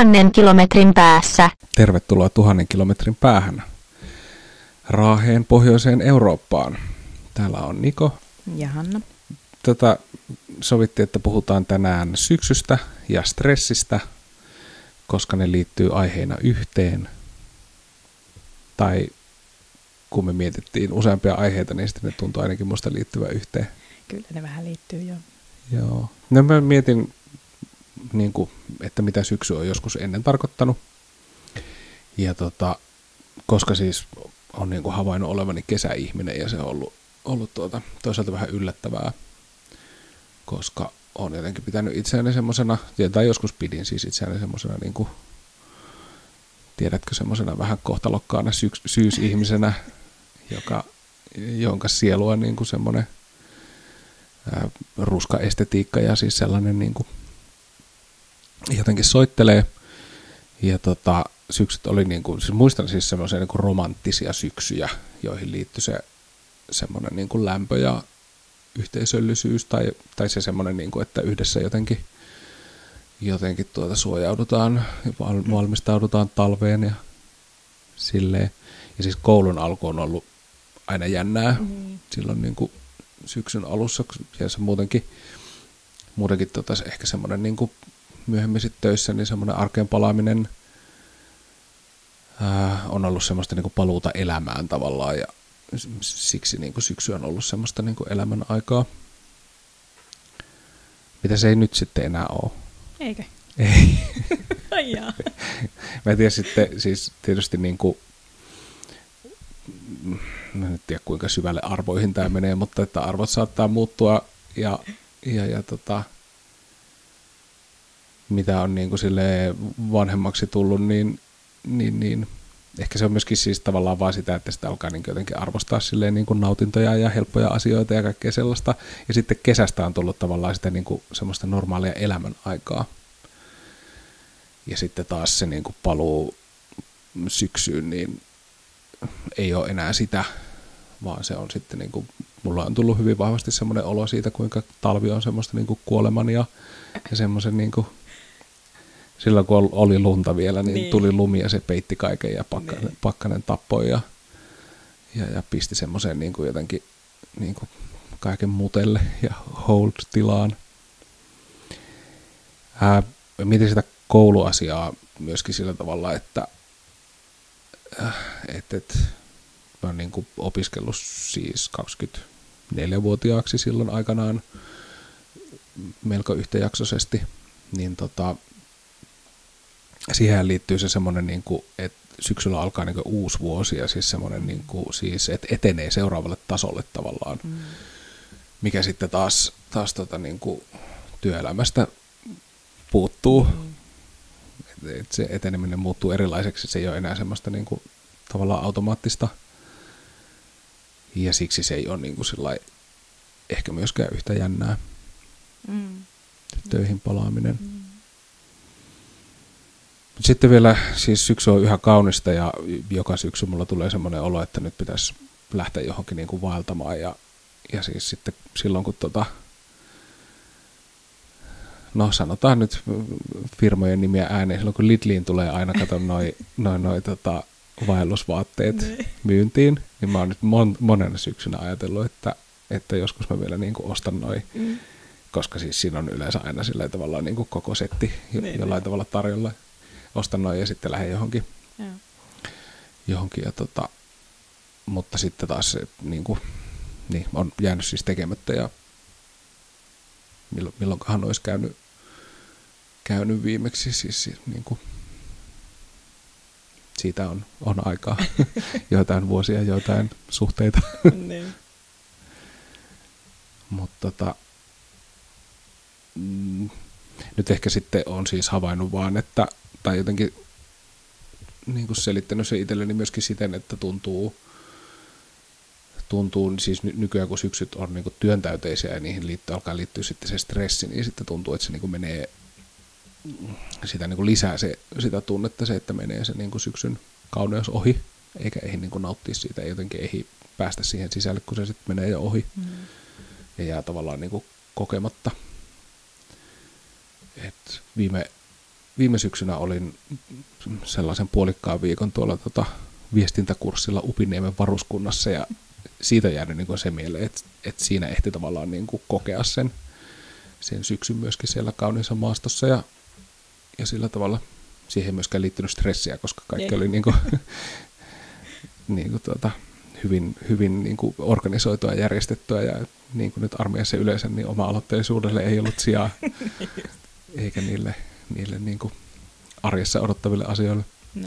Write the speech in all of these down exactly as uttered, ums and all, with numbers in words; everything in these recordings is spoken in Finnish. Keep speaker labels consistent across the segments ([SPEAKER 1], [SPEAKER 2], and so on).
[SPEAKER 1] tuhannen kilometrin päässä.
[SPEAKER 2] Tervetuloa tuhannen kilometrin päähän Raaheen pohjoiseen Eurooppaan. Täällä on Niko.
[SPEAKER 3] Ja Hanna.
[SPEAKER 2] Tätä sovittiin, että puhutaan tänään syksystä ja stressistä, koska ne liittyy aiheina yhteen. Tai kun me mietittiin useampia aiheita, niin sitten ne tuntuu ainakin musta liittyvän yhteen.
[SPEAKER 3] Kyllä ne vähän liittyy, joo.
[SPEAKER 2] Joo. No mä mietin, niin kuin, että mitä syksy on joskus ennen tarkoittanut. Ja tota, koska siis on niin kuin havainnut olevani kesäihminen ja se on ollut, ollut tuota, toisaalta vähän yllättävää, koska on jotenkin pitänyt itseäni semmosena, tai joskus pidin siis itseäni semmosena, niin kuin, tiedätkö, semmosena vähän kohtalokkaana syks, syysihmisenä, joka, jonka sielu on niin kuin semmoinen ää, ruska estetiikka ja siis sellainen niin kuin jotenkin soittelee. Ja tota, syksyt oli, niin kuin, siis muistan siis semmoisia niin kuin romanttisia syksyjä, joihin liittyi se semmoinen niin kuin lämpö ja yhteisöllisyys tai, tai se semmoinen, niin kuin, että yhdessä jotenkin, jotenkin tuota suojaudutaan ja valmistaudutaan talveen ja silleen. Ja siis koulun alku on ollut aina jännää mm. silloin niin kuin syksyn alussa ja se muutenkin, muutenkin tota, se ehkä semmoinen niin kuin myöhemmin sitten töissä, niin semmoinen arkeen palaaminen ää, on ollut semmoista niin kuin paluuta elämään tavallaan ja siksi niin kuin syksy on ollut semmoista niin kuin elämän aikaa. Mitä se ei nyt sitten enää ole?
[SPEAKER 3] Eikö?
[SPEAKER 2] Ei.
[SPEAKER 3] Ai jaa.
[SPEAKER 2] Mä en tiedä sitten, siis tietysti niin kuin, mä en tiedä kuinka syvälle arvoihin tämä menee, mutta että arvot saattaa muuttua ja, ja, ja tota, mitä on niin kuin silleen vanhemmaksi tullut, niin, niin, niin ehkä se on myöskin siis tavallaan vaan sitä, että sitä alkaa niin jotenkin arvostaa silleen niin kuin nautintoja ja helppoja asioita ja kaikkea sellaista. Ja sitten kesästä on tullut tavallaan sitä niin kuin semmoista normaalia elämän aikaa. Ja sitten taas se niin kuin paluu syksyyn, niin ei ole enää sitä, vaan se on sitten niin kuin, mulla on tullut hyvin vahvasti semmoinen olo siitä, kuinka talvi on semmoista niin kuin kuoleman ja, ja semmoisen niin kuin silloin kun oli lunta vielä, niin, niin tuli lumi ja se peitti kaiken ja pakkanen, niin. pakkanen tappoi ja, ja, ja pisti semmoiseen niin kuin jotenkin niin kuin kaiken mutelle ja hold-tilaan. Ää, mietin sitä kouluasiaa myöskin sillä tavalla, että äh, et, et, mä oon niin kuin opiskellut siis kaksikymmentäneljävuotiaaksi silloin aikanaan melko yhtäjaksoisesti, niin tota siihen liittyy se semmoinen, niin kuin, että syksyllä alkaa niin kuin uusi vuosi ja siis semmoinen, niin kuin, siis, että etenee seuraavalle tasolle tavallaan, mm. mikä sitten taas, taas tota, niin kuin työelämästä puuttuu. Mm. Et, et se eteneminen muuttuu erilaiseksi, se ei ole enää semmoista niin kuin, tavallaan automaattista ja siksi se ei ole niin kuin, sillai, ehkä myöskään yhtä jännää mm. töihin palaaminen. Mm. Sitten vielä, siis syksy on yhä kaunista ja joka syksy mulla tulee semmoinen olo, että nyt pitäisi lähteä johonkin niin kuin vaeltamaan ja, ja siis sitten silloin kun tota, no sanotaan nyt firmojen nimiä ääneen, silloin kun Lidliin tulee aina kato noi, noi, noi tota, vaellusvaatteet ne. myyntiin, niin mä oon nyt mon, monena syksynä ajatellut, että, että joskus mä vielä niin kuin ostan noi, mm. koska siis siinä on yleensä aina sillä tavalla niin kuin koko setti jo, niin, jollain niin. tavalla tarjolla. Ostan noin ja sitten lähden johonkin. Ja. johonkin ja tota, mutta sitten taas se niin kuin, niin, on jäänyt siis tekemättä ja milloin, milloinkohan olisi käynyt, käynyt viimeksi, siis niin kuin, siitä on, on aikaa, joitain vuosia, joitain suhteita.
[SPEAKER 3] Niin.
[SPEAKER 2] Mutta tota, mm, nyt ehkä sitten on siis havainnut vaan, että tai jotenkin niin kuin selittänyt se itselleni myöskin siten, että tuntuu, tuntuu siis ny- nykyään kun syksyt on niin kuin työntäyteisiä ja niihin liittyy, alkaa liittyä sitten se stressi, niin sitten tuntuu, että se niin kuin menee, sitä niin kuin lisää se, sitä tunnetta se, että menee se niin kuin syksyn kauneus ohi, eikä ehdi niin kuin nauttia siitä, ei jotenkin ehdi päästä siihen sisälle, kun se sitten menee jo ohi mm. ja jää tavallaan niin kuin kokematta. Et viime viime syksynä olin sellaisen puolikkaan viikon tuolla tota, viestintäkurssilla Upiniemen varuskunnassa ja siitä on jäänyt niin kuin se mieleen, että, että siinä ehti tavallaan niin kuin kokea sen, sen syksyn myöskin siellä kauniissa maastossa ja, ja sillä tavalla siihen ei myöskään liittynyt stressiä, koska kaikki ei. oli niin kuin, niin kuin tuota, hyvin, hyvin niin kuin organisoitua ja järjestettyä ja niin kuin nyt armeijassa yleensä, niin oma-aloitteisuudelle ei ollut sijaa eikä niille, niille niin kuin arjessa odottaville asioille.
[SPEAKER 3] No.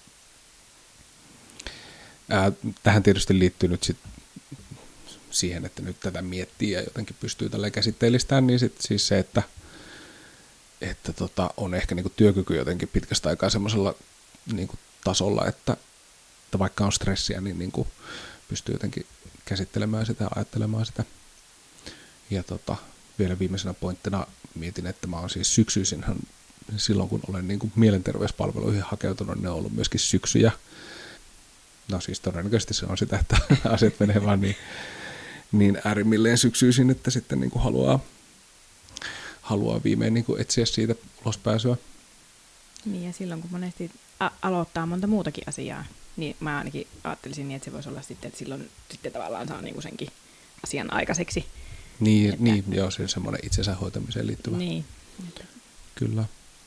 [SPEAKER 2] Ää, tähän tietysti liittyy nyt sit siihen, että nyt tätä miettii ja jotenkin pystyy tälleen käsitteellistämään, niin sit siis se, että, että tota, on ehkä niinku työkyky jotenkin pitkästä aikaa semmoisella niinku tasolla, että, että vaikka on stressiä, niin niinku pystyy jotenkin käsittelemään sitä ja ajattelemaan sitä. Ja tota, vielä viimeisenä pointtina mietin, että mä oon siis syksyisinhan silloin, kun olen niinku mielenterveyspalveluihin hakeutunut, ne on ollut myöskin syksyjä. No siis todennäköisesti se on sitä, että asiat menee vaan niin, niin äärimmilleen syksyisin, että sitten niin kuin haluaa, haluaa viimein niin kuin etsiä siitä ulospääsyä.
[SPEAKER 3] Niin ja silloin kun monesti a- aloittaa monta muutakin asiaa, niin mä ainakin ajattelisin niin, että se voisi olla sitten, että silloin sitten tavallaan saa niin kuin senkin asian aikaiseksi.
[SPEAKER 2] Niin,
[SPEAKER 3] että,
[SPEAKER 2] niin joo, se on semmoinen itsensä hoitamiseen liittyvä.
[SPEAKER 3] Niin.
[SPEAKER 2] Kyllä.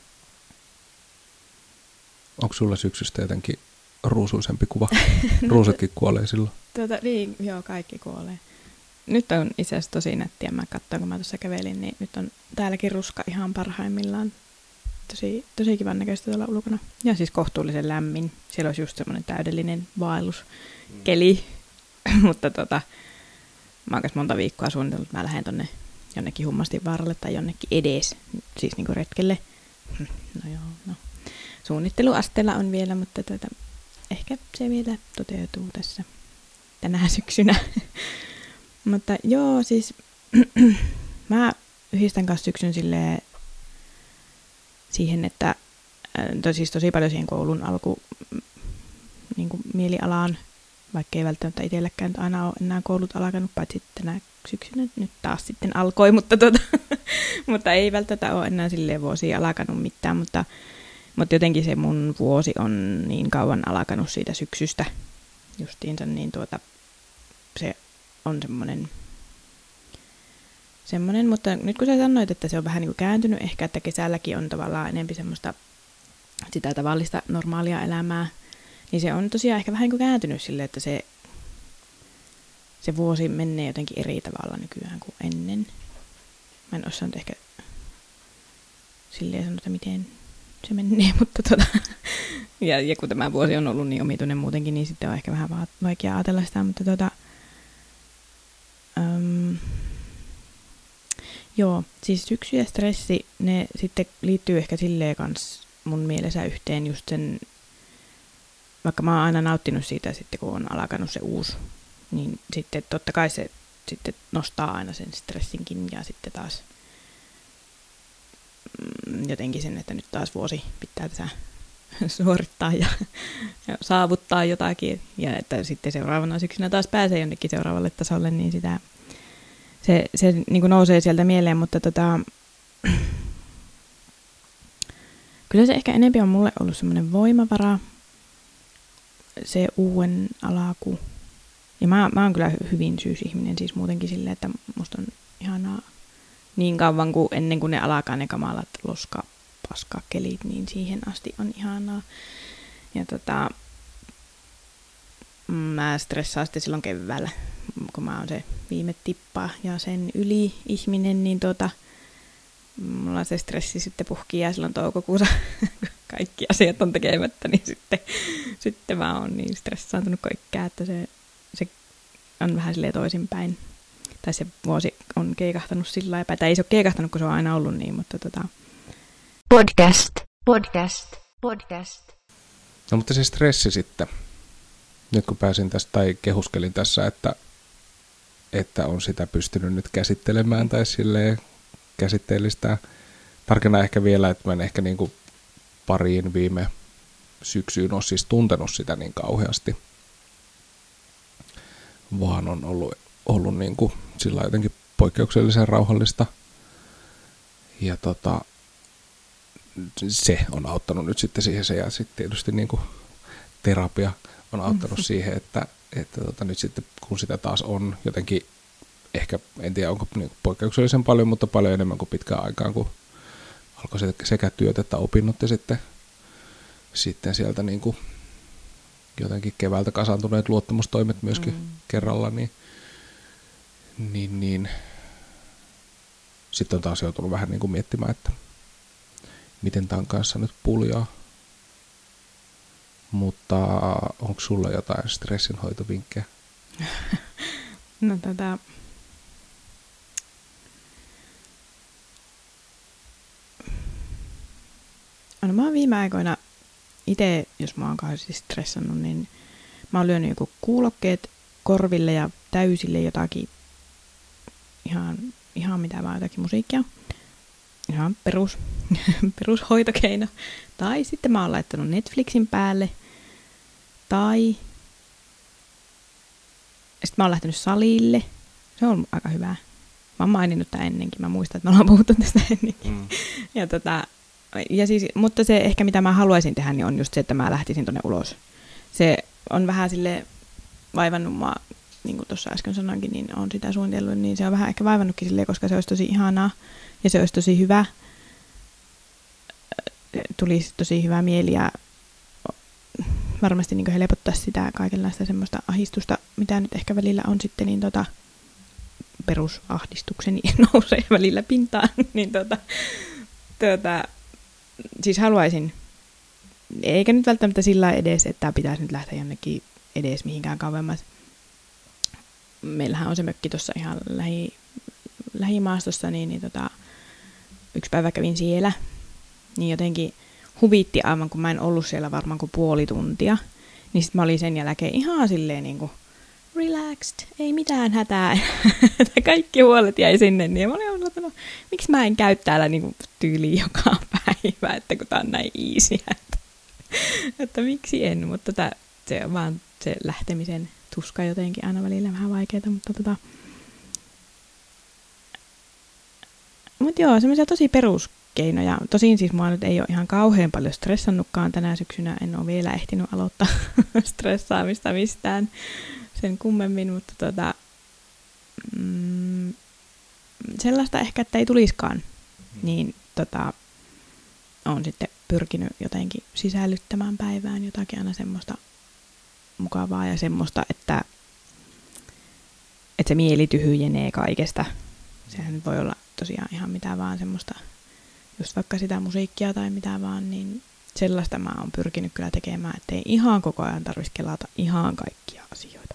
[SPEAKER 2] Onko sulla syksystä jotenkin ruusuisempi kuva? Ruusatkin kuolee silloin.
[SPEAKER 3] Tuota, niin, joo, kaikki kuolee. Nyt on itse asiassa tosi nättiä. Mä katsoin, kun mä tuossa kävelin, niin nyt on täälläkin ruska ihan parhaimmillaan. Tosi, tosi kivan näköistä tuolla ulkona. Ja siis kohtuullisen lämmin. Siellä olisi just semmoinen täydellinen vaelluskeli. Mm. Mutta tota, mä oon monta viikkoa suunnitellut, että mä lähden tonne jonnekin Hummastin vaaralle tai jonnekin edes. Siis niinku retkelle. No joo, no. Suunnitteluasteella on vielä, mutta tuota, ehkä se vielä toteutuu tässä tänä syksynä. Mutta joo, siis mä yhdistän kanssa syksyn silleen siihen, että to, siis tosi paljon siihen koulun alku niin kuin mielialaan, vaikka ei välttämättä itselläkään aina ole enää koulut alkanut, paitsi tänä syksynä nyt taas sitten alkoi, mutta, tuota, mutta ei välttämättä ole enää silleen vuosia alkanut mitään, mutta Mutta jotenkin se mun vuosi on niin kauan alkanut siitä syksystä justiinsa, niin tuota, se on semmoinen, semmoinen, mutta nyt kun sä sanoit, että se on vähän niin kuin kääntynyt ehkä, että kesälläkin on tavallaan enemmän semmoista sitä tavallista normaalia elämää, niin se on tosiaan ehkä vähän niin kuin kääntynyt silleen, että se, se vuosi menee jotenkin eri tavalla nykyään kuin ennen. Mä en osaa nyt ehkä silleen sanota, miten se menee, mutta tota, ja, ja kun tämä vuosi on ollut niin omituinen muutenkin, niin sitten on ehkä vähän vaikea ajatella sitä, mutta tota, um, joo, siis syksy ja stressi, ne sitten liittyy ehkä silleen kans mun mielessä yhteen just sen, vaikka mä oon aina nauttinut siitä sitten, kun on alkanut se uusi, niin sitten totta kai se sitten nostaa aina sen stressinkin ja sitten taas jotenkin sen, että nyt taas vuosi pitää tässä suorittaa ja, ja saavuttaa jotakin, ja että sitten seuraavana syksynä taas pääsee jonnekin seuraavalle tasolle, niin sitä, se, se niin kuin nousee sieltä mieleen, mutta tota, kyllä se ehkä enemmän on mulle ollut semmoinen voimavara, se uuden alaku, ja mä, mä oon kyllä hyvin syysihminen siis muutenkin silleen, että musta on ihanaa niin kauan kuin ennen kuin ne alkaa ne kamalat loska paskakelit, niin siihen asti on ihanaa. Ja tota, mä stressaan sitten silloin keväällä, kun mä oon se viime tippa ja sen yli ihminen, niin tota, mulla se stressi sitten puhkii ja silloin toukokuussa kaikki asiat on tekemättä, niin sitten, sitten mä oon niin stressaantunut kaikkea, että se, se on vähän silleen toisinpäin. Tai se vuosi on keikahtanut sillä lailla, tai ei se ole keikahtanut, kun se on aina ollut niin, mutta tota...
[SPEAKER 1] Podcast, podcast, podcast.
[SPEAKER 2] No mutta se stressi sitten, nyt kun pääsin tästä, tai kehuskelin tässä, että, että on sitä pystynyt nyt käsittelemään, tai silleen käsitteellistää. Tarkennan ehkä vielä, että mä en ehkä niinku pariin viime syksyyn ole siis tuntenut sitä niin kauheasti, vaan on ollut... ollut niin kuin sillä jotenkin poikkeuksellisen rauhallista. Ja tota, se on auttanut nyt sitten siihen se, ja sitten tietysti niin kuin terapia on auttanut siihen, että, että tota, nyt sitten kun sitä taas on jotenkin, ehkä en tiedä onko niin poikkeuksellisen paljon, mutta paljon enemmän kuin pitkään aikaan, kun alkoi sekä työt että opinnot ja sitten, sitten sieltä niin kuin jotenkin keväältä kasaantuneet luottamustoimet myöskin mm. kerralla, niin, niin, niin sitten on taas joutunut vähän niin kuin miettimään, että miten tämän kanssa nyt puljaa. Mutta onko sulla jotain stressinhoitovinkkejä?
[SPEAKER 3] No tätä... No mä oon viime aikoina itse, jos mä oon kauheasti stressannut, niin mä oon lyönyt joku kuulokkeet korville ja täysille jotakin ihan, ihan mitä vaan jotakin musiikkia. Ihan perus, perushoitokeino. Tai sitten mä oon laittanut Netflixin päälle. Tai sitten mä oon lähtenyt salille. Se on ollut aika hyvää. Mä oon maininnut tämän ennenkin. Mä muistan, että me ollaan puhuttu tästä ennenkin. Mm. Ja tota, ja siis, mutta se ehkä mitä mä haluaisin tehdä, niin on just se, että mä lähtisin tonne ulos. Se on vähän sille vaivannut mua, niin kuin tuossa äsken sanoinkin, niin on sitä suunnitellut, niin se on vähän ehkä vaivannutkin silleen, koska se olisi tosi ihanaa ja se olisi tosi hyvä. Tulisi tosi hyvä mieli ja varmasti niin helpottaa sitä kaikenlaista semmoista ahdistusta, mitä nyt ehkä välillä on sitten, niin tota, perusahdistukseni nousee välillä pintaan, niin tota, tota, siis haluaisin, eikä nyt välttämättä sillä edes, että pitäisi nyt lähteä jonnekin edes mihinkään kauemmas. Meillähän on se mökki tuossa ihan lähi, lähimaastossa, niin, niin tota, yksi päivä kävin siellä, niin jotenkin huvitti aivan, kun mä en ollut siellä varmaan kuin puoli tuntia, niin sit mä olin sen jälkeen ihan silleen niin kuin relaxed, ei mitään hätää, kaikki huolet jäi sinne, niin mä olin ollut, että no, miksi mä en käy täällä niin kuin tyyliin joka päivä, että kun tää on näin easy, että, että miksi en, mutta tää, se on vaan se lähtemisen tuska jotenkin aina välillä vähän vaikeaa, mutta tota, mut joo, semmoisia tosi peruskeinoja, tosin siis mua nyt ei ole ihan kauhean paljon stressannutkaan tänä syksynä, en ole vielä ehtinyt aloittaa stressaamista mistään sen kummemmin, mutta tota, mm, sellaista ehkä, että ei tuliskaan, niin tota, olen sitten pyrkinyt jotenkin sisällyttämään päivään jotakin aina semmoista mukavaa ja semmoista, että, että se mieli tyhjenee kaikesta. Sehän nyt voi olla tosiaan ihan mitä vaan semmoista, just vaikka sitä musiikkia tai mitä vaan, niin sellaista mä oon pyrkinyt kyllä tekemään, ettei ihan koko ajan tarvitsisi kelata ihan kaikkia asioita.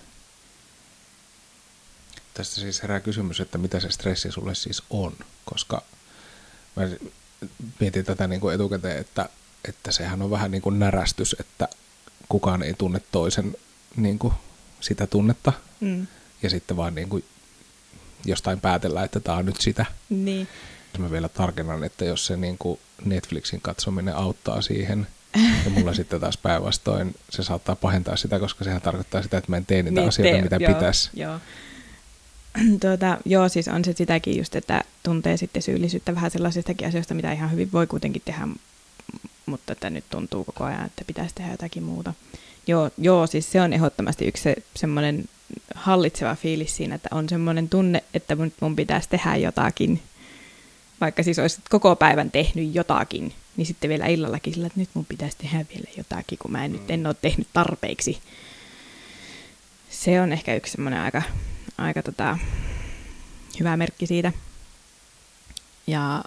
[SPEAKER 2] Tästä siis herää kysymys, että mitä se stressi sulle siis on, koska mä mietin tätä niin kuin etukäteen, että, että sehän on vähän niin kuin närästys, että kukaan ei tunne toisen niin kuin sitä tunnetta mm. ja sitten vaan niin kuin jostain päätellään, että tämä on nyt sitä.
[SPEAKER 3] Niin.
[SPEAKER 2] Mä vielä tarkennan, että jos se niin kuin Netflixin katsominen auttaa siihen, ja mulla sitten taas päinvastoin se saattaa pahentaa sitä, koska sehän tarkoittaa sitä, että mä en tee niitä niin, asioita, te, mitä joo, pitäisi.
[SPEAKER 3] Joo. Tuota, joo, siis on se sitäkin just, että tuntee sitten syyllisyyttä vähän sellaisistakin asioista, mitä ihan hyvin voi kuitenkin tehdä, mutta että nyt tuntuu koko ajan, että pitäisi tehdä jotakin muuta. Joo, joo siis se on ehdottomasti yksi se, semmoinen hallitseva fiilis siinä, että on semmoinen tunne, että mun, mun pitäisi tehdä jotakin, vaikka siis olisit koko päivän tehnyt jotakin, niin sitten vielä illallakin sillä, että nyt mun pitäisi tehdä vielä jotakin, kun mä en nyt en ole tehnyt tarpeeksi. Se on ehkä yksi semmoinen aika, aika tota, hyvä merkki siitä. Ja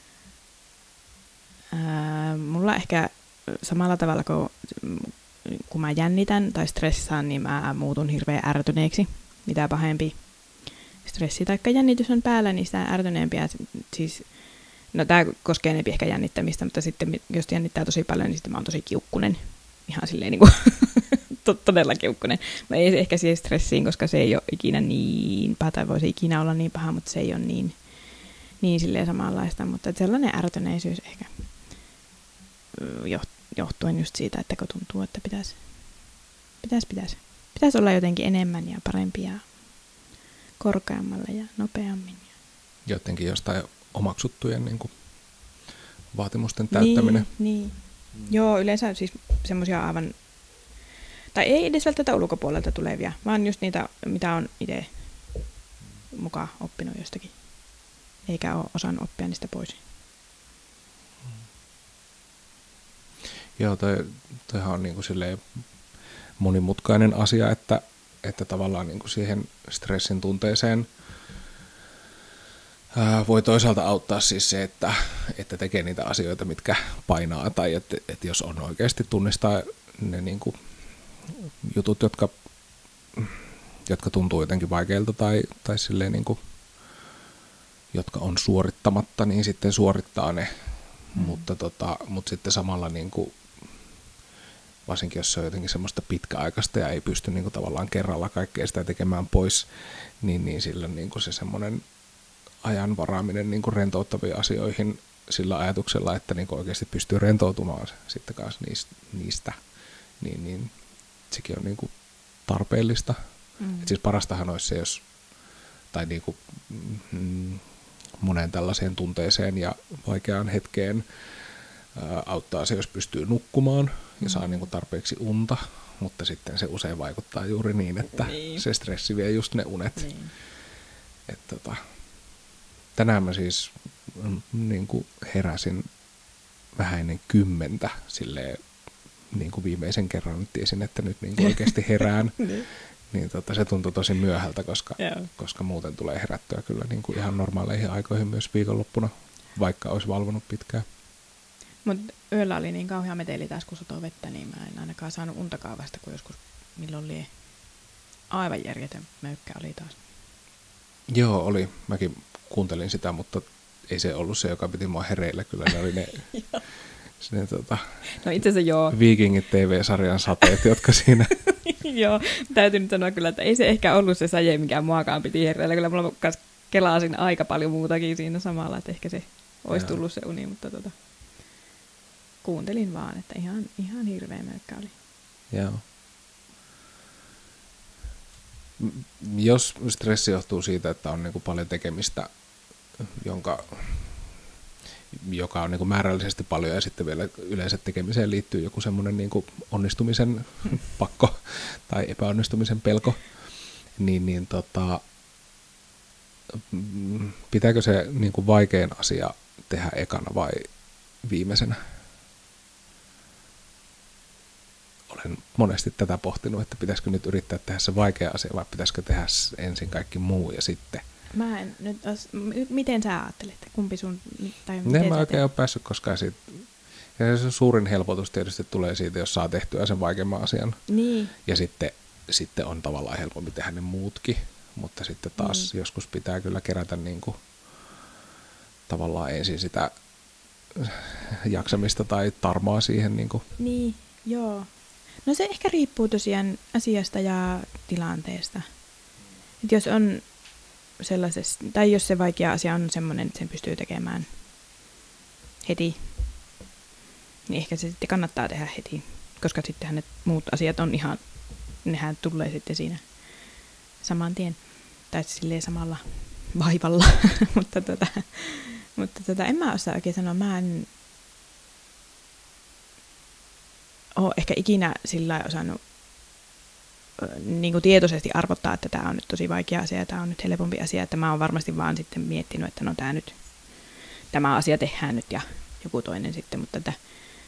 [SPEAKER 3] ää, mulla ehkä samalla tavalla, kun, kun mä jännitän tai stressaan, niin mä muutun hirveän ärtyneeksi. Mitä pahempi stressi tai jännitys on päällä, niin sitä ärtyneempiä. Siis, no tää koskee enemmän ehkä jännittämistä, mutta sitten jos jännittää tosi paljon, niin sitten mä oon tosi kiukkunen. Ihan silleen niin kuin todella kiukkunen. Mä ei ehkä siihen stressiin, koska se ei ole ikinä niin paha, tai voisi ikinä olla niin paha, mutta se ei ole niin, niin silleen samanlaista. Mutta sellainen ärtyneisyys ehkä johtuen just siitä, että kun tuntuu, että pitäisi, pitäisi, pitäisi, pitäisi olla jotenkin enemmän ja parempi ja korkeammalle ja nopeammin.
[SPEAKER 2] Jotenkin jostain omaksuttujen niin kuin vaatimusten täyttäminen.
[SPEAKER 3] Niin, niin. Joo, yleensä siis semmoisia aivan, tai ei edes välttämättä ulkopuolelta tulevia, vaan just niitä, mitä on itse mukaan oppinut jostakin, eikä ole osannut oppia niistä pois.
[SPEAKER 2] Joo, toi, toihan on niin kuin silleen monimutkainen asia, että, että tavallaan niin kuin siihen stressin tunteeseen ää, voi toisaalta auttaa siis se, että, että tekee niitä asioita, mitkä painaa, tai että, että jos on oikeasti tunnistaa ne niin kuin jutut, jotka, jotka tuntuu jotenkin vaikeilta tai, tai silleen niin kuin, jotka on suorittamatta, niin sitten suorittaa ne, mm. mutta, tota, mutta sitten samalla niin kuin, varsinkin jos se on jotenkin semmoista pitkäaikaista ja ei pysty niin kuin tavallaan kerralla kaikkea sitä tekemään pois, niin, niin silloin niin kuin se semmoinen ajan varaaminen niin kuin rentouttaviin asioihin sillä ajatuksella, että niin kuin oikeasti pystyy rentoutumaan sitten kanssa niistä, niistä niin, niin sekin on niin kuin tarpeellista. Mm. Et siis parastahan olisi se, jos, tai niin kuin, mm, moneen tällaiseen tunteeseen ja vaikeaan hetkeen ää, auttaa se, jos pystyy nukkumaan ja mm. saa niin kuin tarpeeksi unta, mutta sitten se usein vaikuttaa juuri niin, että niin. se stressi vie just ne unet. Niin. Et, tota, tänään mä siis mm, niin kuin heräsin vähän ennen kymmentä silleen, niin kuin viimeisen kerran nyt tiesin, että nyt niin kuin oikeasti herään. niin. Niin tota, se tuntui tosi myöhältä, koska, koska muuten tulee herättyä kyllä niin kuin ihan normaaleihin aikoihin myös viikonloppuna, vaikka olisi valvonut pitkään.
[SPEAKER 3] Mutta yöllä oli niin kauhea meteli taas, kun satoi vettä, niin mä en ainakaan saanut untakaan vasta, kun joskus milloin oli aivan järjetön möykkä oli taas.
[SPEAKER 2] Joo, oli. Mäkin kuuntelin sitä, mutta ei se ollut se, joka piti mua hereillä. Kyllä ne oli ne, ne tota,
[SPEAKER 3] no itse asiassa joo.
[SPEAKER 2] Vikingit T V-sarjan sateet, jotka siinä...
[SPEAKER 3] Joo, täytyy nyt sanoa kyllä, että ei se ehkä ollut se saje, mikä muakaan piti hereillä. Kyllä mulla myös kelasin aika paljon muutakin siinä samalla, että ehkä se olisi tullut se uni, mutta tota, kuuntelin vaan, että ihan, ihan hirveä möykkä oli.
[SPEAKER 2] Joo. Jos stressi johtuu siitä, että on niinku paljon tekemistä, jonka, joka on niinku määrällisesti paljon ja sitten vielä yleensä tekemiseen liittyy joku semmoinen niinku onnistumisen pakko tai epäonnistumisen pelko, niin, niin tota, pitääkö se niinku vaikein asia tehdä ekana vai viimeisenä? Olen monesti tätä pohtinut, että pitäisikö nyt yrittää tehdä se vaikea asia vai pitäisikö tehdä ensin kaikki muu ja sitten.
[SPEAKER 3] Mä en nyt, miten sä ajattelet? Kumpi sun, tai
[SPEAKER 2] miten en mä oikein ole päässyt koskaan siitä. Ja se suurin helpotus tietysti tulee siitä, jos saa tehtyä sen vaikeamman asian.
[SPEAKER 3] Niin.
[SPEAKER 2] Ja sitten, sitten on tavallaan helpompi tehdä ne muutkin, mutta sitten taas niin. Joskus pitää kyllä kerätä niin kuin, tavallaan ensin sitä jaksamista tai tarmoa siihen. Niin, kuin.
[SPEAKER 3] Niin, joo. No se ehkä riippuu tosiaan asiasta ja tilanteesta. Et jos on sellaisessa, tai jos se vaikea asia on semmoinen, että sen pystyy tekemään heti, niin ehkä se sitten kannattaa tehdä heti, koska sittenhän ne muut asiat on ihan, nehän tulee sitten siinä saman tien, tai silleen samalla vaivalla, mutta, tota, mutta tota, en mä osaa oikein sanoa, mä en ole ehkä ikinä sillä osannut niin kuin tietoisesti arvottaa, että tämä on nyt tosi vaikea asia ja tämä on nyt helpompi asia, että mä oon varmasti vaan sitten miettinyt, että no tämä nyt, tämä asia tehdään nyt ja joku toinen sitten, mutta että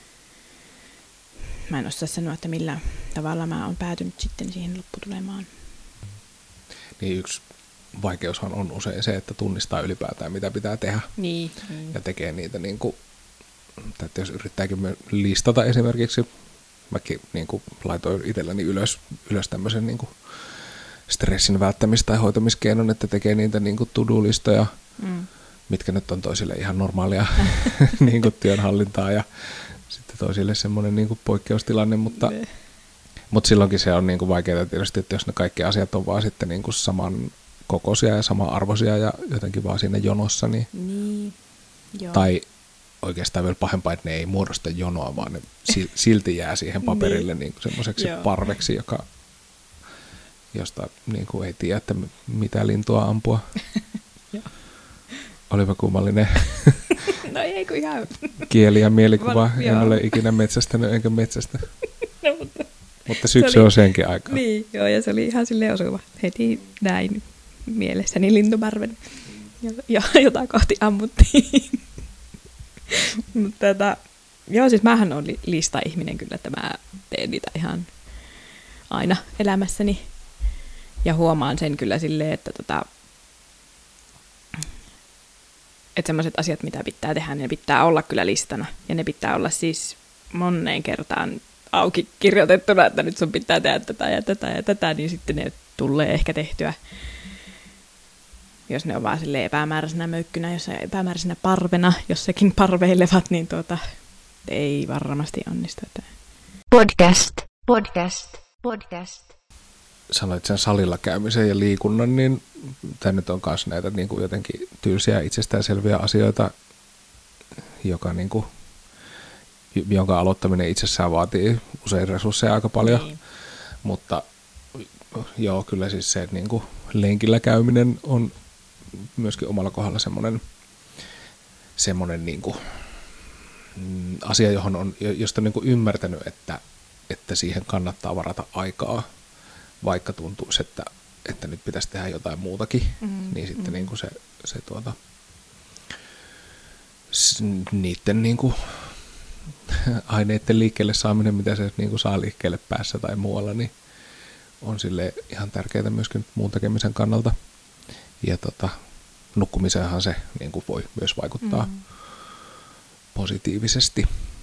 [SPEAKER 3] mä en osaa sanoa, että millä tavalla mä oon päätynyt sitten siihen lopputulemaan.
[SPEAKER 2] Niin yksi vaikeushan on usein se, että tunnistaa ylipäätään mitä pitää tehdä
[SPEAKER 3] niin, niin.
[SPEAKER 2] ja tekee niitä niin kuin, että jos yrittääkin listata esimerkiksi, mäkin niin kuin laitoin itselläni ylös, ylös tämmöisen niin kuin stressin välttämis- tai hoitamiskeinon, että tekee niitä niin kuin to-do-listoja, mm. mitkä nyt on toisille ihan normaalia niin kuin työnhallintaa ja sitten toisille semmoinen niin kuin poikkeustilanne, mutta, mutta silloinkin se on niin kuin vaikeaa tietysti, että jos ne kaikki asiat on vaan sitten niin kuin saman kokoisia ja sama-arvoisia ja jotenkin vaan siinä jonossa, niin,
[SPEAKER 3] niin. Joo.
[SPEAKER 2] Tai oikeastaan vielä pahempaa, että ne ei muodosta jonoa, vaan ne silti jää siihen paperille niin. Niin semmoiseksi parveksi, joka, josta niin kuin ei tiedä, että mitä lintua ampua. Olipa kummallinen
[SPEAKER 3] No ei kun ihan...
[SPEAKER 2] Kieli ja mielikuva.
[SPEAKER 3] Val-
[SPEAKER 2] en
[SPEAKER 3] joo.
[SPEAKER 2] ole ikinä metsästänyt enkä metsästä.
[SPEAKER 3] No, mutta...
[SPEAKER 2] Mutta syksy
[SPEAKER 3] Se oli-
[SPEAKER 2] on senkin aikaa.
[SPEAKER 3] Niin, joo, ja se oli ihan silleen osuva. Heti näin mielessäni lintuparven, ja, jota kohti ammuttiin. Mutta tota, joo, siis mähän on li- lista-ihminen kyllä, että mä teen niitä ihan aina elämässäni. Ja huomaan sen kyllä silleen, että tota, että semmoiset asiat, mitä pitää tehdä, niin ne pitää olla kyllä listana. Ja ne pitää olla siis moneen kertaan auki kirjoitettuna, että nyt sun pitää tehdä tätä ja tätä ja tätä, niin sitten ne tulee ehkä tehtyä. Jos ne on vaan silleen epämääräisenä möykkynä, jossain epämääräisenä parvena, jossakin parveilevat, niin tuota, ei varmasti onnistu.
[SPEAKER 1] Podcast, podcast, podcast.
[SPEAKER 2] Sanoit sen salilla käymisen ja liikunnan, niin tämä nyt on myös näitä niin kuin jotenkin tylsiä itsestäänselviä asioita, joka, niin kuin, jonka aloittaminen itsessään vaatii usein resursseja aika paljon.
[SPEAKER 3] Niin.
[SPEAKER 2] Mutta joo, kyllä siis se niin kuin lenkillä käyminen on myöskin omalla kohdalla semmoinen, semmoinen niin kuin, mm, asia, johon on, josta on niin kuin ymmärtänyt, että, että siihen kannattaa varata aikaa, vaikka tuntuisi, että, että nyt pitäisi tehdä jotain muutakin,
[SPEAKER 3] Mm,
[SPEAKER 2] niin sitten
[SPEAKER 3] mm.
[SPEAKER 2] niin kuin se, se tuota, s- niiden niin kuin aineiden liikkeelle saaminen, mitä se niin kuin saa liikkeelle päässä tai muualla, niin on sille ihan tärkeää myöskin muun tekemisen kannalta. Ja tota, nukkumiseenhan se niin kuin voi myös vaikuttaa
[SPEAKER 3] Mm.
[SPEAKER 2] positiivisesti.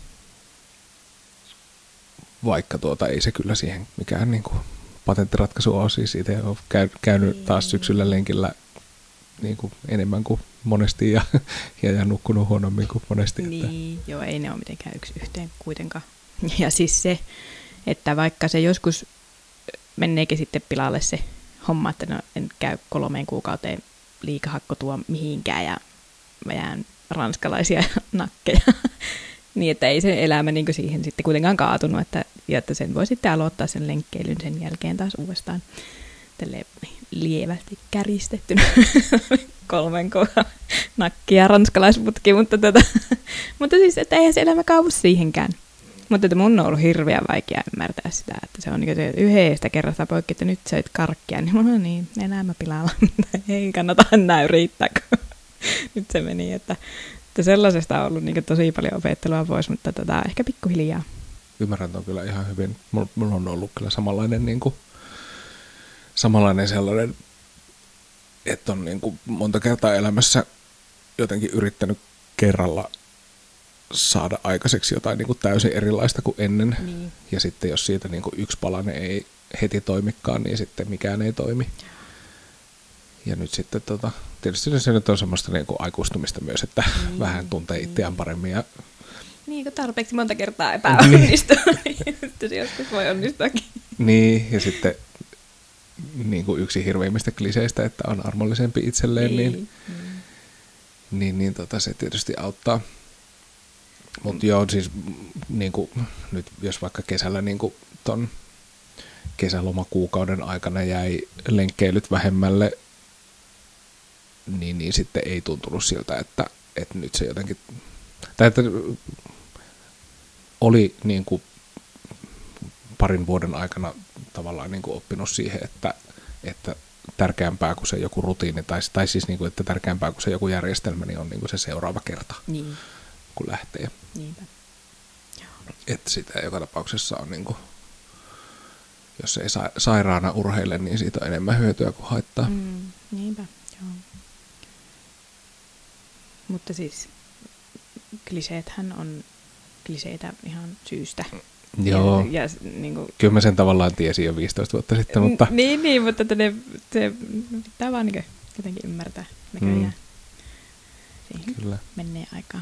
[SPEAKER 2] Vaikka tuota, ei se kyllä siihen mikään niin kuin patenttiratkaisu ole. Siis itse olen käy, käynyt taas syksyllä lenkillä niin kuin enemmän kuin monesti ja, ja, ja nukkunut huonommin kuin monesti. Että.
[SPEAKER 3] Niin, joo, ei ne ole mitenkään yksi yhteen kuitenkaan. Ja siis se, että vaikka se joskus menneekin sitten pilalle se homma, että no, en käy kolmeen kuukauteen liikahakkotua mihinkään ja mä jään ranskalaisia nakkeja. Niin, että ei se elämä niin kuin siihen sitten kuitenkaan kaatunut, että, ja että sen voi sitten aloittaa sen lenkkeilyn sen jälkeen taas uudestaan tälleen lievästi käristettynä kolmen kuukauden nakki ja ranskalaisputki, mutta, tota, mutta siis, että eihän se elämä kaupu siihenkään. Mutta että mun on ollut hirveän vaikea ymmärtää sitä, että se on niin se yhdestä kerrasta poikki, että nyt söit karkkia, niin mun on niin, elämä pilalla, ei kannata enää yrittää, kun nyt se meni, että, että sellaisesta on ollut niin tosi paljon opettelua pois, mutta tota, ehkä pikkuhiljaa.
[SPEAKER 2] Ymmärrän ton kyllä ihan hyvin. Mulla, mulla on ollut kyllä samanlainen, niin kuin, samanlainen sellainen, että on niin kuin monta kertaa elämässä jotenkin yrittänyt kerralla saada aikaiseksi jotain niin kuin täysin erilaista kuin ennen.
[SPEAKER 3] Niin.
[SPEAKER 2] Ja sitten jos siitä niin kuin yksi palanen ei heti toimikaan, niin sitten mikään ei toimi. Ja nyt sitten tota, tietysti se nyt on semmoista niin kuin aikuistumista myös, että
[SPEAKER 3] Niin,
[SPEAKER 2] vähän tuntee itseään paremmin. Ja
[SPEAKER 3] Niin, kun tarpeeksi monta kertaa epäonnistuu, niin sitten se joskus voi onnistuakin.
[SPEAKER 2] niin, ja sitten niin kuin yksi hirveimmistä kliseistä, että on armollisempi itselleen, niin, niin,
[SPEAKER 3] Mm.
[SPEAKER 2] niin, niin tota, se tietysti auttaa. Mutta joo, siis niin kuin, nyt jos vaikka kesällä niin kuin ton kesälomakuukauden aikana jäi lenkkeilyt vähemmälle, niin, niin sitten ei tuntunut siltä, että, että nyt se jotenkin, tai että oli niin kuin parin vuoden aikana tavallaan niin kuin oppinut siihen, että, että tärkeämpää kuin se joku rutiini, tai, tai siis niin kuin, että tärkeämpää kuin se joku järjestelmä, niin on niin kuin se seuraava kerta,
[SPEAKER 3] Niin,
[SPEAKER 2] kun lähtee.
[SPEAKER 3] niinpä.
[SPEAKER 2] Että sitä joka tapauksessa on, niin kuin, jos ei sa- sairaana urheile, niin siitä on enemmän hyötyä kuin haittaa.
[SPEAKER 3] Mm, niinpä, joo. Mutta siis kliseethän on kliseitä ihan syystä.
[SPEAKER 2] Joo,
[SPEAKER 3] Ja, ja niin kuin,
[SPEAKER 2] kyllä mä sen tavallaan tiesin jo viisitoista vuotta sitten, mutta
[SPEAKER 3] Niin, niin, mutta että ne, se pitää vaan niin jotenkin ymmärtää näköjään.
[SPEAKER 2] Mm.
[SPEAKER 3] Siihen
[SPEAKER 2] kyllä.
[SPEAKER 3] menee aikaa.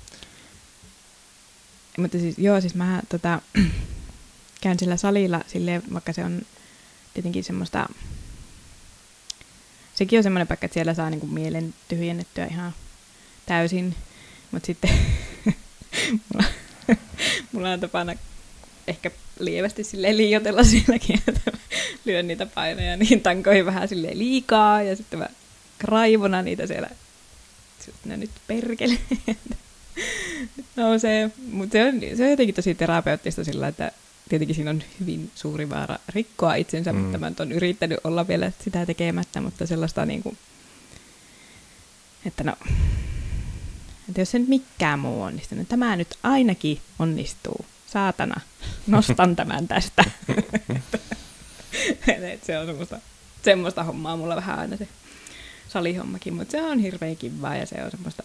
[SPEAKER 3] Mutta siis, joo, siis mä tota, käyn sillä salilla silleen, vaikka se on tietenkin semmoista, sekin on semmoinen paikka, että siellä saa niinku mielen tyhjennettyä ihan täysin, mutta sitten mulla, mulla on tapana ehkä lievästi silleen liioitella silläkin, että lyön niitä painoja niihin tankoihin vähän silleen liikaa ja sitten mä raivona niitä siellä, no nyt perkele. No se, mutta se on, se on jotenkin tosi terapeuttista sillä, että tietenkin siinä on hyvin suuri vaara rikkoa itsensä, mm. mutta mä nyt on yrittänyt olla vielä sitä tekemättä, mutta sellaista niin kuin, että no, että jos se nyt mikään muu onnistuu, niin tämä nyt ainakin onnistuu. Saatana, nostan tämän tästä. Se on semmoista, semmoista hommaa mulla vähän aina se salihommakin, mutta se on hirveän kivaa ja se on semmoista,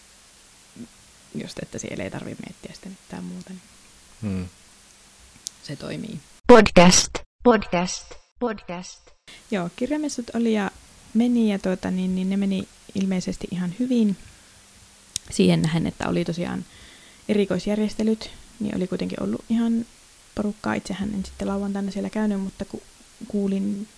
[SPEAKER 3] just että siellä ei tarvitse miettiä sitä mitään muuta, niin hmm. se toimii.
[SPEAKER 1] Podcast, podcast, podcast.
[SPEAKER 3] Joo, kirjamessut oli ja meni ja tuota, niin, niin ne meni ilmeisesti ihan hyvin. Siihen nähen, että oli tosiaan erikoisjärjestelyt, niin oli kuitenkin ollut ihan porukkaa. Itsehän en sitten lauantaina siellä käynyt, mutta ku, kuulin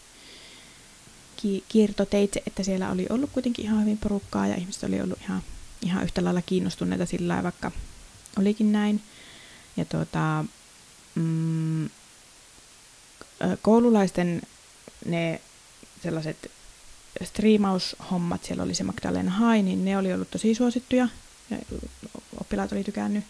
[SPEAKER 3] ki- kiertoteitse, että siellä oli ollut kuitenkin ihan hyvin porukkaa ja ihmiset oli ollut ihan, ihan yhtä lailla kiinnostuneita sillä lailla, vaikka olikin näin. Ja tuota, mm, koululaisten ne sellaiset striimaushommat, siellä oli se Magdalena Hai, niin ne oli ollut tosi suosittuja ja oppilaat oli tykännyt.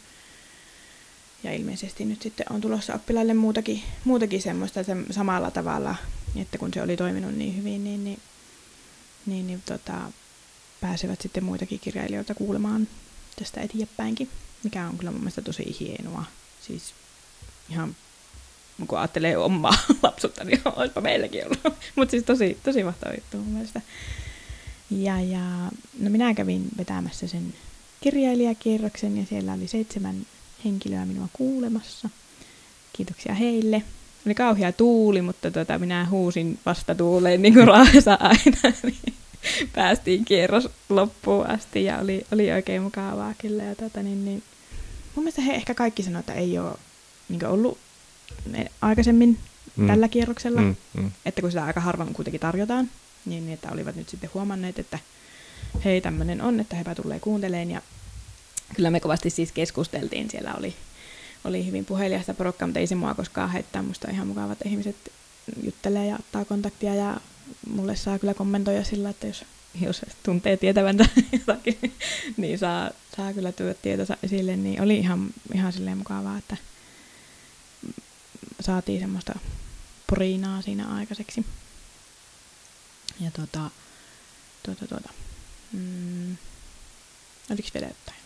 [SPEAKER 3] Ja ilmeisesti nyt sitten on tulossa oppilaille muutakin, muutakin semmoista se samalla tavalla, että kun se oli toiminut niin hyvin, niin, niin, niin, niin tota, pääsevät sitten muitakin kirjailijoita kuulemaan tästä eteenpäinkin, mikä on kyllä mun mielestä tosi hienoa. Siis ihan kun ajattelee omaa lapsutta, niin olisipa meilläkin ollut. Mutta siis tosi, tosi mahtava juttu mun mielestä. Ja, ja, no minä kävin vetämässä sen kirjailijakierroksen ja siellä oli seitsemän henkilöä minua kuulemassa. Kiitoksia heille. Oli kauhea tuuli, mutta tota, minä huusin vastatuuleen niin kuin Raahessa aina. Niin päästiin kierros loppuun asti ja oli, oli oikein mukavaa kyllä. Ja tota, niin, niin, mun mielestä he ehkä kaikki sanoivat, että ei ole niin ollut aikaisemmin mm. tällä kierroksella. Mm, mm. Että kun sitä aika harvoin kuitenkin tarjotaan, niin, niin että olivat nyt sitten huomanneet, että hei tämmöinen on, että hepä tulee kuunteleen ja kyllä me kovasti siis keskusteltiin, siellä oli, oli hyvin puheliasta porukkaa, mutta ei se mua koskaan haittaa, musta on ihan mukava, että ihmiset juttelee ja ottaa kontaktia ja mulle saa kyllä kommentoida sillä, että jos, jos tuntee tietäväntä jotakin, niin saa, saa kyllä tuoda tietonsa esille, niin oli ihan, ihan silleen mukavaa, että saatiin semmoista porinaa siinä aikaiseksi. Ja tuota, tuota, tuota, mm, oliko vielä jotain?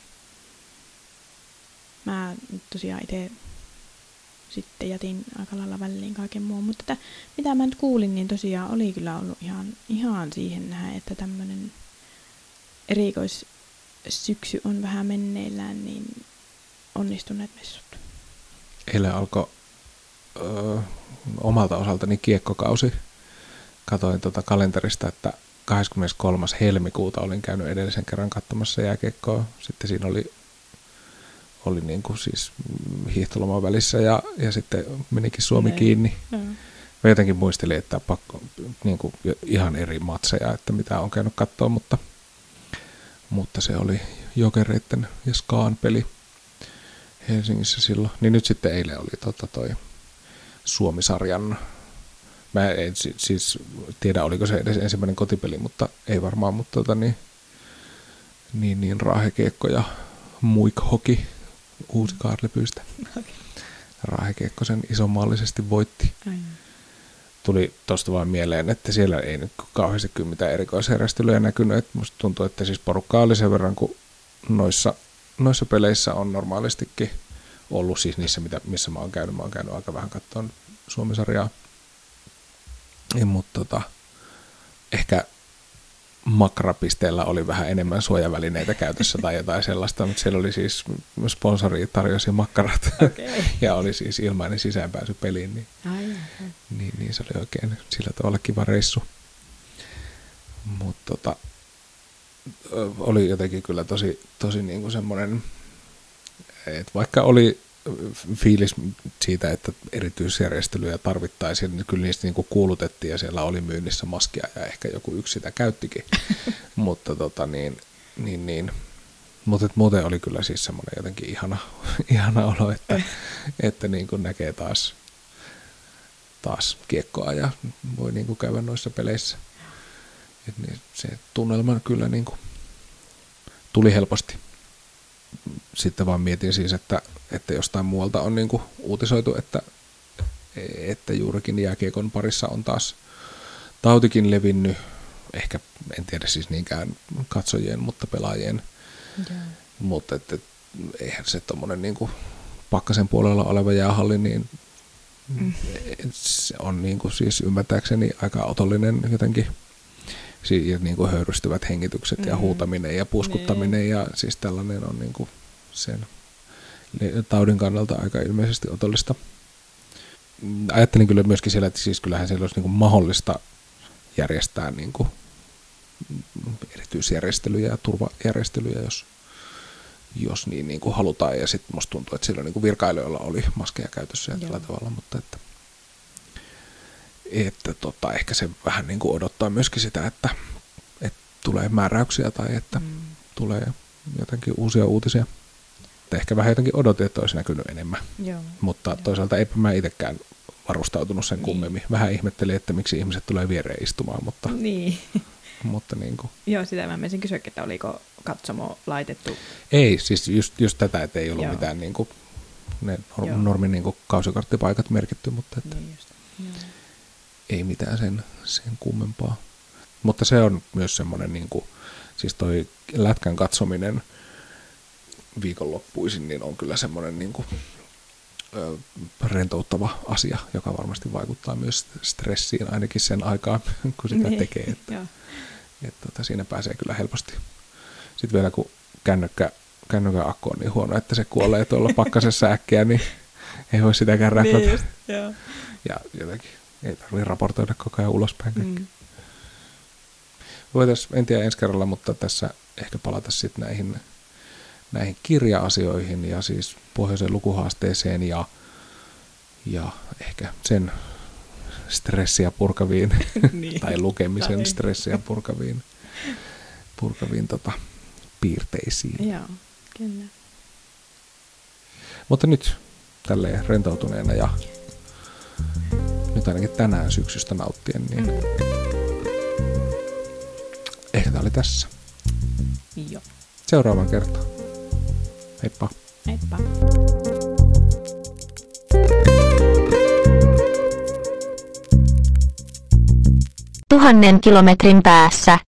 [SPEAKER 3] Mä tosiaan itse sitten jätin aika lailla väliin kaiken muun, mutta että, mitä mä nyt kuulin, niin tosiaan oli kyllä ollut ihan, ihan siihen nähdä, että tämmönen erikoissyksy on vähän menneillään, niin onnistuneet messut.
[SPEAKER 2] Eilen alkoi ö, omalta osaltani kiekkokausi. Katoin tuota kalenterista, että kahdeskymmeneskolmas helmikuuta olin käynyt edellisen kerran katsomassa jääkiekkoa. Sitten siinä oli, oli niin kuin siis hiihtoloman välissä ja, ja sitten menikin Suomi ne. kiinni. No. Mä jotenkin muistelin, että pakko niin kuin ihan eri matseja, että mitä on käynyt katsoa, mutta, mutta se oli Jokereitten ja Skaan peli Helsingissä silloin. Niin nyt sitten eilen oli tota toi Suomi-sarjan. Mä en siis tiedä, oliko se edes ensimmäinen kotipeli, mutta ei varmaan, mutta tota niin, niin, niin Raahekiekko ja Muikhoki uusi Kaarlepyystä. Okay. Raahekiekko sen isomallisesti voitti. Aivan. Tuli tosta vaan mieleen, että siellä ei nyt kauheasti kyllä mitään erikoisjärjestelyjä näkynyt. Että musta tuntuu, että siis porukkaa oli sen verran, kun noissa, noissa peleissä on normaalistikin ollut, siis niissä, mitä, missä mä oon käynyt. Mä oon käynyt aika vähän katsoa Suomi-sarjaa. Ja, mutta tota, ehkä makrapisteellä oli vähän enemmän suojavälineitä käytössä tai jotain sellaista, mutta siellä oli siis sponsori tarjosi makkarat okay. ja oli siis ilmainen sisäänpääsy peliin, niin, Ai, okay. niin, niin se oli oikein sillä tavalla kiva reissu. Mutta tota, oli jotenkin kyllä tosi, tosi niin kuin semmoinen, että vaikka oli fiilis siitä, että erityisjärjestelyjä tarvittaisiin, niin kyllä niistä niin kuin kuulutettiin ja siellä oli myynnissä maskia ja ehkä joku yksi sitä käyttikin, mutta tota niin, niin, niin. Mutta muuten oli kyllä siis semmoinen jotenkin ihana, ihana olo, että, että niin kuin näkee taas, taas kiekkoa ja voi niin kuin käydä noissa peleissä. Et niin se tunnelma kyllä niin kuin tuli helposti. sitten vaan mietin siis, että, että jostain muualta on niin kuin uutisoitu, että, että juurikin jääkiekon parissa on taas tautikin levinnyt. Ehkä, en tiedä siis niinkään katsojien, mutta pelaajien.
[SPEAKER 3] Joo.
[SPEAKER 2] Mutta että, et, eihän se tommonen niin kuin Pakkasen puolella oleva jäähalli, niin mm. se on niin kuin siis ymmärtääkseni aika otollinen jotenkin. Ja niin kuin höyrystyvät hengitykset mm. ja huutaminen ja puskuttaminen niin. Ja siis tällainen on niin kuin sen taudin kannalta aika ilmeisesti otollista. Ajattelin kyllä myöskin siellä, että siis kyllähän siellä olisi niin kuin mahdollista järjestää niin kuin erityisjärjestelyjä ja turvajärjestelyjä, jos, jos niin, niin kuin halutaan. Ja sitten musta tuntuu, että siellä niin kuin virkailijoilla oli maskeja käytössä ja tällä tavalla, mutta että, että tota, ehkä se vähän niin kuin odottaa myöskin sitä, että, että tulee määräyksiä tai että mm. tulee jotenkin uusia uutisia. Että ehkä vähän jotenkin odotin, että olisi näkynyt enemmän,
[SPEAKER 3] Joo.
[SPEAKER 2] mutta
[SPEAKER 3] Joo.
[SPEAKER 2] toisaalta eipä mä itsekään varustautunut sen
[SPEAKER 3] niin.
[SPEAKER 2] kummemmin. Vähän ihmettelin, että miksi ihmiset tulee viereen istumaan, mutta...
[SPEAKER 3] Niin.
[SPEAKER 2] mutta niin kuin.
[SPEAKER 3] Joo, sitä mä menisin kysyä, että oliko katsomo laitettu.
[SPEAKER 2] Ei, siis just, just tätä, että ei ollut
[SPEAKER 3] Joo.
[SPEAKER 2] mitään niin kuin, ne
[SPEAKER 3] Joo.
[SPEAKER 2] normin niin kuin kausikarttipaikat merkitty, mutta että
[SPEAKER 3] Niin just. Joo.
[SPEAKER 2] ei mitään sen, sen kummempaa. Mutta se on myös semmoinen, niin kuin, siis toi lätkän katsominen viikonloppuisin, niin on kyllä semmoinen niin kuin, ö, rentouttava asia, joka varmasti vaikuttaa myös stressiin ainakin sen aikaan, kun sitä
[SPEAKER 3] niin.
[SPEAKER 2] tekee. Että,
[SPEAKER 3] Joo.
[SPEAKER 2] että, että siinä pääsee kyllä helposti. Sitten vielä kun kännykkä, kännykän akku on niin huono, että se kuolee tuolla pakkasessa äkkiä, niin ei voi sitäkään räplätä.
[SPEAKER 3] Niin just, joo.
[SPEAKER 2] Ja jotenkin ei tarvitse raportoida koko ajan ulospäin kaikki.
[SPEAKER 3] Mm.
[SPEAKER 2] Voitaisiin, en tiedä ensi kerralla, mutta tässä ehkä palata sitten näihin, näihin kirja-asioihin ja siis pohjoiseen lukuhaasteeseen ja, ja ehkä sen stressiä purkaviin
[SPEAKER 3] niin.
[SPEAKER 2] tai lukemisen
[SPEAKER 3] tai.
[SPEAKER 2] stressiä purkaviin, purkaviin tota, piirteisiin.
[SPEAKER 3] Joo, kyllä.
[SPEAKER 2] Mutta nyt tälleen rentoutuneena ja nyt ainakin tänään syksystä nauttien, niin mm. ehkä tämä oli tässä.
[SPEAKER 3] Joo.
[SPEAKER 2] Seuraavan kertaan. Heippa.
[SPEAKER 3] Heippa.
[SPEAKER 1] Tuhannen kilometrin päässä.